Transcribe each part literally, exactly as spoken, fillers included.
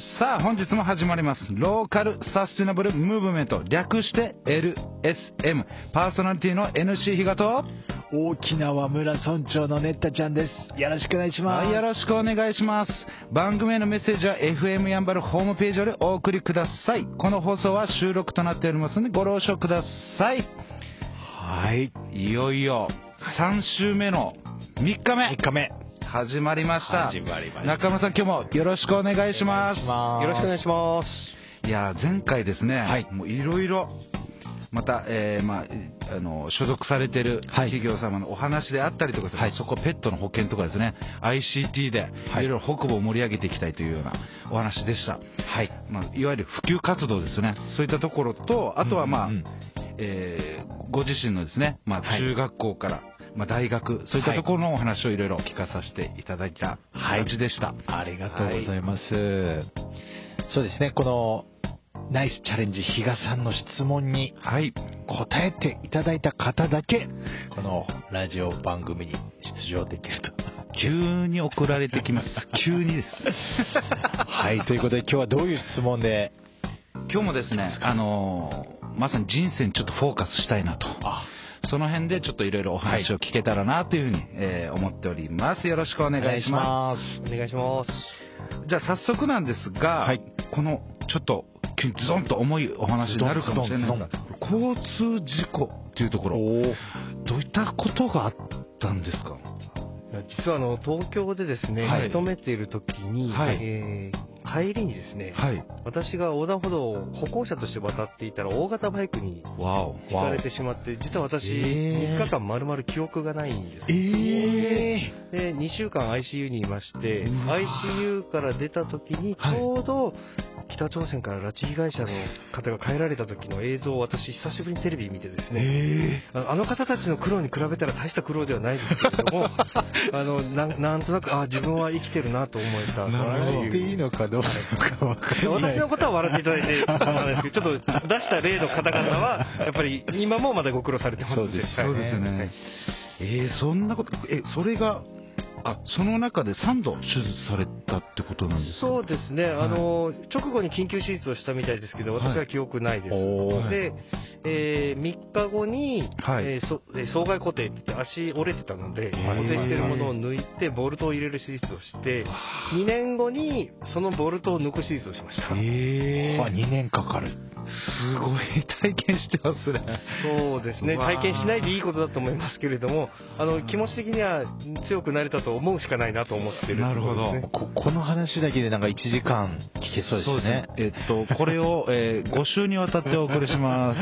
さあ本日も始まります。ローカルサスティナブルムーブメント、略して エルエスエム。 パーソナリティの エヌシー 比嘉と沖縄村村長のねったちゃんです。よろしくお願いします。 はい、よろしくお願いします。番組へのメッセージは エフエム やんばるホームページよりお送りください。この放送は収録となっておりますのでご了承ください。 はい、 いよいよさん週目のみっかめみっかめ始まりました。 始まりました。 中村さん、今日もよろしくお願いします。 よろしくお願いします。 いや前回ですね、 はい、 もういろいろまた、えーまあ、あの所属されてる企業様のお話であったりとか、はい、そこペットの保険とかですね、 アイシーティー でいろいろ北部を盛り上げていきたいというようなお話でした。はい、まあ、いわゆる普及活動ですね。そういったところと、あとはまあ、うんうん、えー、ご自身のですね、まあ、中学校から、はい、まあ、大学、そういったところのお話をいろいろ聞かさせていただいた感じでした。はい、 ありがとうございます。はい、そうですね、このナイスチャレンジ比嘉さんの質問に答えていただいた方だけこのラジオ番組に出場できると。 急に送られてきます。急にです。 はい、ということで今日はどういう質問で。 今日もですね、あのー、まさに人生にちょっとフォーカスしたいなと、あ、その辺でちょっといろいろお話を聞けたらなというふうに、はい、えー、思っております。よろしくお願いします。 お願いします。 じゃあ早速なんですが、はい、このちょっとズドンと重いお話になるかもしれないが、交通事故っていうところ、どういったことがあったんですか？ 実はあの東京でですね、はい、勤めている時に、はい、えー帰りにですね、はい、私が横断歩道を歩行者として渡っていたら大型バイクにひかれてしまって、実は私、えー、みっかかん丸々記憶がないんです。えー、でにしゅうかん アイシーユー にいまして、アイシーユー から出た時にちょうど、はい、北朝鮮から拉致被害者の方が帰られた時の映像を私久しぶりにテレビ見てですね、えー、あの方たちの苦労に比べたら大した苦労ではないですけれどもあの な, なんとなくあ自分は生きてるなと思えた。 笑っていいのかどうか分からない。 私のことは笑っていただいてなんですけど、ちょっと出した例の方々はやっぱり今もまだご苦労されてます。 そうです、そうですね、はい、えー、そんなこと、えそれがあその中でさんど手術されたってことなんですか？ そうですね、あの、はい、直後に緊急手術をしたみたいですけど、私は記憶ないです、はい、で、えー、みっかごに、はい、えー、そ障害固定って言って足折れてたので固定しているものを抜いてボルトを入れる手術をして、にねんごにそのボルトを抜く手術をしました。 へー、にねんかかる。 すごい体験してますね。 そうですね、体験しないでいいことだと思いますけれども、あの気持ち的には強くなれたと思うしかないなと思ってる、ね、 なるほど。 こ, この話だけでなんかいちじかん聞けそうですね。そうですね、 えっとこれを、えー、ご週にわたってお送りします。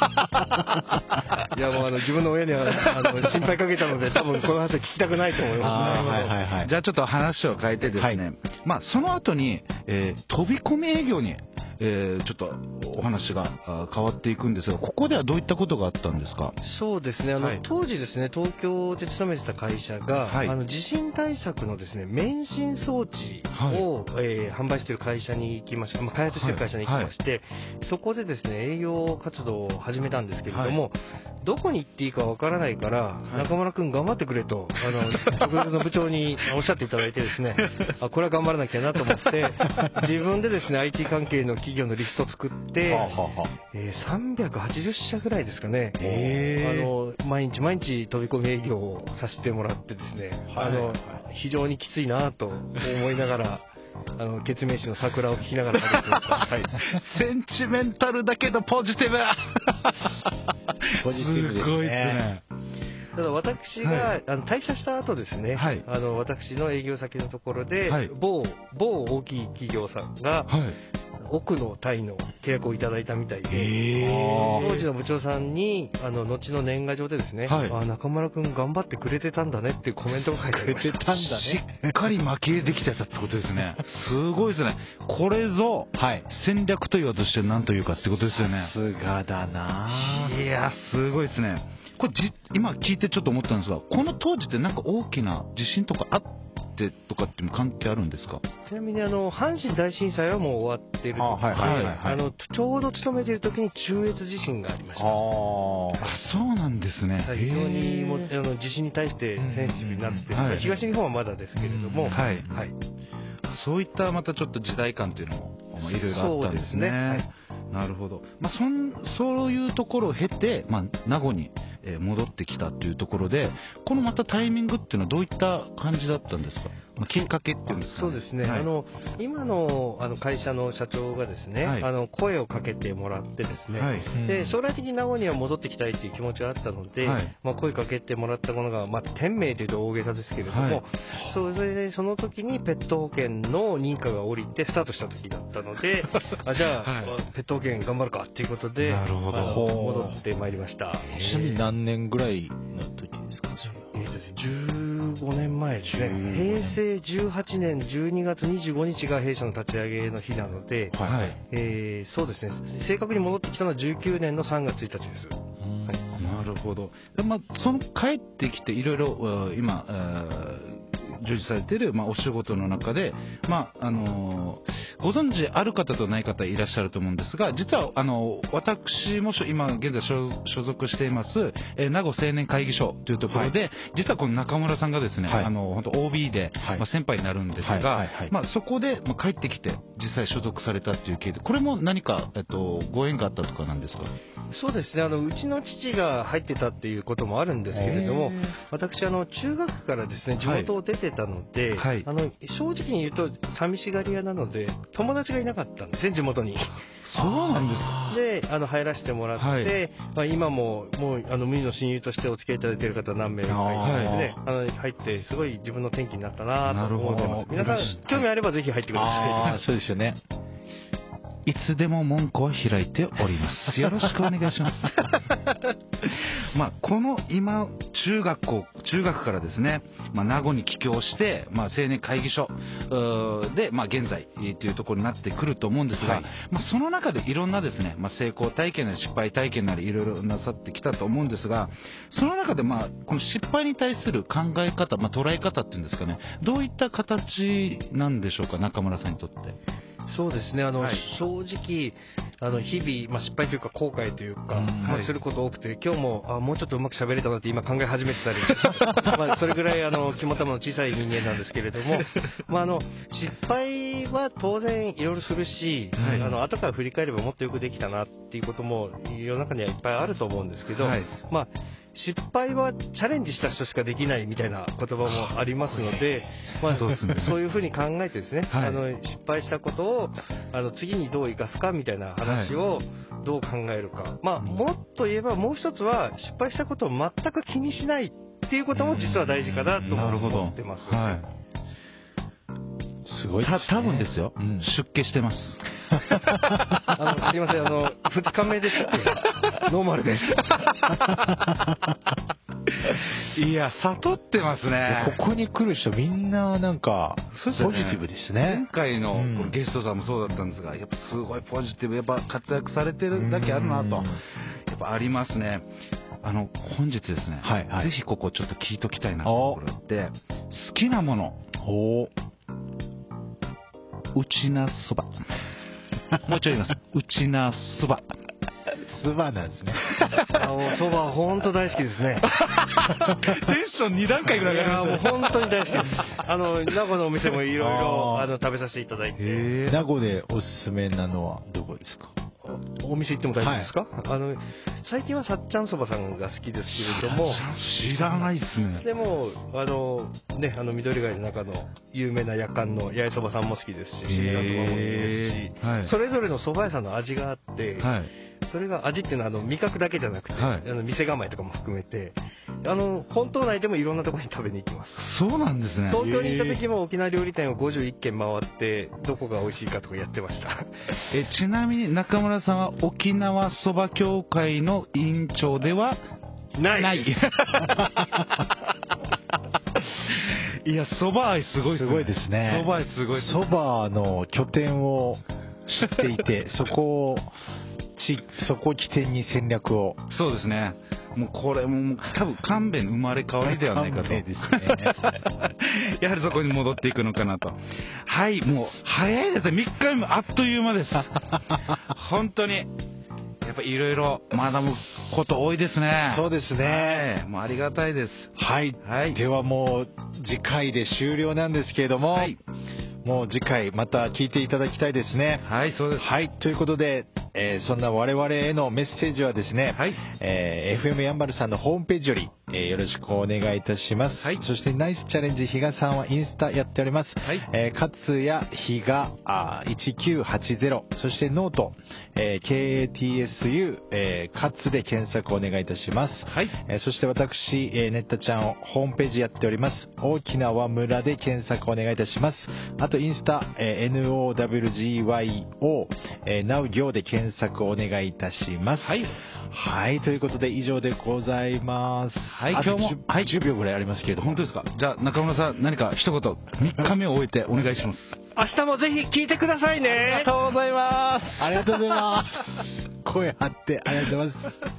いやもうあの自分の親にはあの心配かけたので多分この話は聞きたくないと思いますね。 はいはいはい、じゃあちょっと話を変えてですね、はい、まあ、その後に、えー、飛び込み営業にえー、ちょっとお話が変わっていくんですが、ここではどういったことがあったんですか？ そうですね、あの、はい、当時ですね、東京で勤めてた会社が、はい、あの地震対策のですね免震装置を、はい、えー、販売している会社に行きました、まあ、開発している会社に行きまして、はいはい、そこでですね営業活動を始めたんですけれども、はい、どこに行っていいかわからないから、はい、中村君頑張ってくれとあの特別の部長におっしゃっていただいてですねあこれは頑張らなきゃなと思って自分でですね アイティー 関係の企業のリストを作って、はあはあ、えー、さんびゃくはちじゅっしゃぐらいですかね、あの毎日毎日飛び込み営業をさせてもらってですね、はい、あの非常にきついなと思いながらあのケツメイシの桜を聴きながら歩いてました、はい、 センチメンタルだけどポジティブポジティブですね。すごいですね。 ただ私が、はい、あの退社した後ですね、はい、あの私の営業先のところで、はい、某某大きい企業さんが、はい、億の単位の契約をいただいたみたいで、当時の部長さんにあの後の年賀状でですね、はい、あ中村君頑張ってくれてたんだねっていうコメントが書いてありました。 くれてたんだね。しっかり負けできてたってことですね。すごいですね。これぞ、はい、戦略と言わずして何というかってことですよね。 さすがだな。 いやすごいですね。これじ今聞いてちょっと思ったんですが、この当時ってなんか大きな地震とかあってとかっていうの関係あるんですか？ ちなみにあの阪神大震災はもう終わってるので、あのちょうど勤めている時に中越地震がありました。ああそうなんですね。 非常にもあの地震に対してセンシティブになって、はい、東日本はまだですけれども、はいはい、 そういったまたちょっと時代感というのもいろいろあったんですね。そうですね、はい、なるほど。まあ、そんそういうところを経て、まあ、名護に戻ってきたというところで、このまたタイミングっていうのはどういった感じだったんですか？まあ、きっかけっていうんですかね。 そうですね、はい、あの今の、あの会社の社長がですね、はい、あの声をかけてもらってですね、はい、で将来的に名護には戻ってきたいという気持ちがあったので、はい、まあ、声かけてもらったものが、まあ、天命というと大げさですけれども、はい、それでその時にペット保険の認可が下りてスタートした時だったのであじゃあ、はい、ペット保険頑張るかということで、なるほど、戻ってまいりました。 ちなみに何年ぐらいの時ですか？ えーとですね、じゅうごねんまえですね。へいせいじゅうはちねんじゅうにがつにじゅうごにちが弊社の立ち上げの日なので、はい、えー、そうですね、正確に戻ってきたのはじゅうきゅうねんのさんがつついたちです。 はい、なるほど。まあ、その帰ってきていろいろ今従事されている、まあ、お仕事の中で、まああのー、ご存知ある方とない方いらっしゃると思うんですが、実はあの私も今現在所属しています、えー、名護青年会議所というところで、はい、実はこの中村さんがですね、はい、あの本当 オービー で、はい、まあ、先輩になるんですが、はいはいはい、まあ、そこで、まあ、帰ってきて実際所属されたっていう経緯で、これも何か、えっと、ご縁があったとかなんですか？ そうですね、あのうちの父が入ってたっていうこともあるんですけれども、私あの中学からですね地元を出てたので、はい、あの正直に言うと寂しがり屋なので友達がいなかったんですね、地元に。 そうなんですか。 で、あの入らせてもらって、はい、まあ、今ももうあの無二の親友としてお付き合いいただいている方何名かいてですね、あの入ってすごい自分の転機になったなと思ってます。皆さん興味あればぜひ入ってください。 あ、そうですよね。 いつでも門戸は開いております。よろしくお願いします。まあこの今中学校中学からですね、まあ、名護に帰郷して、まあ、青年会議所で、まあ、現在というところになってくると思うんですが、はい、まあ、その中でいろんなですね、まあ、成功体験なり失敗体験なりいろいろなさってきたと思うんですが、その中で、まあ、この失敗に対する考え方、まあ、捉え方っていうんですかね、どういった形なんでしょうか、中村さんにとって。 そうですね、あの、はい、正直あの日々、まあ、失敗というか後悔というか、うん、まあ、すること多くて、今日もあもうちょっとうまく喋れたなって今考え始めてたりまあそれぐらいあの肝玉の小さい人間なんですけれども、まあ、あの失敗は当然いろいろするし、はい、あの後から振り返ればもっとよくできたなっていうことも世の中にはいっぱいあると思うんですけど、はい、まあ失敗はチャレンジした人しかできないみたいな言葉もありますので、まあ、そうですね、そういうふうに考えてですね、はい、あの失敗したことをあの次にどう生かすかみたいな話をどう考えるか、はい、まあ、もっと言えばもう一つは失敗したことを全く気にしないっていうことも実は大事かなと思ってます。はい、 すごいですね。た多分ですよ、うん、出家してます。 あのすいません、あのふつかめでしたっけ？ノーマルです。 いや悟ってますね。 ここに来る人みんななんかポジティブですね。 前回のこのゲストさんもそうだったんですが、やっぱすごいポジティブ、やっぱ活躍されてるだけあるなとやっぱありますね。あの本日ですね、はいはい、ぜひここちょっと聞いときたいなところって好きなものおうちなそば。もうちょい言います。うちなそば。 そばなんですね。 そば本当大好きですね。 テンションにだんかいぐらい上がりました。 もう本当に大好きです。あの名護のお店もいろいろあの食べさせていただいて。 名護でおすすめなのはどこですか？ お店行っても大丈夫ですか？はい、あの最近はさっちゃんそばさんが好きですけれども、 知らないですね。 でもあのね、あの緑貝の中の有名な夜間の八重そばさんも好きですし、しりたんそばも好きですし、はい、それぞれの蕎麦屋さんの味があって、はい、それが味っていうのはあの味覚だけじゃなくて、はい、あの店構えとかも含めて、あの本島内でもいろんなところに食べに行きます。 そうなんですね。 東京に行った時も沖縄料理店をごじゅういっけん回ってどこが美味しいかとかやってました。 えちなみに中村さんは沖縄そば協会の委員長ではない。 ない。いやそば愛すごいですね。 すごいですね。 そば愛すごい。 そばの拠点を知っていてそこをちそこを起点に戦略を。 そうですね。もうこれも多分勘弁生まれ変わりではないかと。ですね。やはりそこに戻っていくのかなと。はい、もう早いですね。みっかめもあっという間です。本当にやっぱいろいろ学ぶこと多いですね。 そうですね。 はい、もうありがたいです。 はい。はい、ではもう次回で終了なんですけれども、はい、 もう次回また聞いていただきたいですね。 はい、そうです。 はい、ということで、えー、そんな我々へのメッセージはですね、はい、えー、エフエム やんばるさんのホームページより、えー、よろしくお願いいたします。はい、そしてナイスチャレンジ比嘉さんはインスタやっております。はい、えー、かつや比嘉いちきゅうはちゼロ、そしてノート、えー、ケーエーティーエスユー、えー、カツで検索お願いいたします。はい、えー、そして私、えー、ネッタちゃんホームページやっております。沖縄村で検索お願いいたします。あとインスタ、えー、エヌオーダブリュージーワイオー、えー、ナウ行で検索お願いいたします。はい。はい、ということで以上でございます。 はい、今日も、 はい、じゅうびょうぐらいありますけれども。 本当ですか。じゃあ中村さん、何か一言、みっかめを終えてお願いします。 明日もぜひ聞いてくださいね。 ありがとうございます。ありがとうございます。声張ってありがとうございます。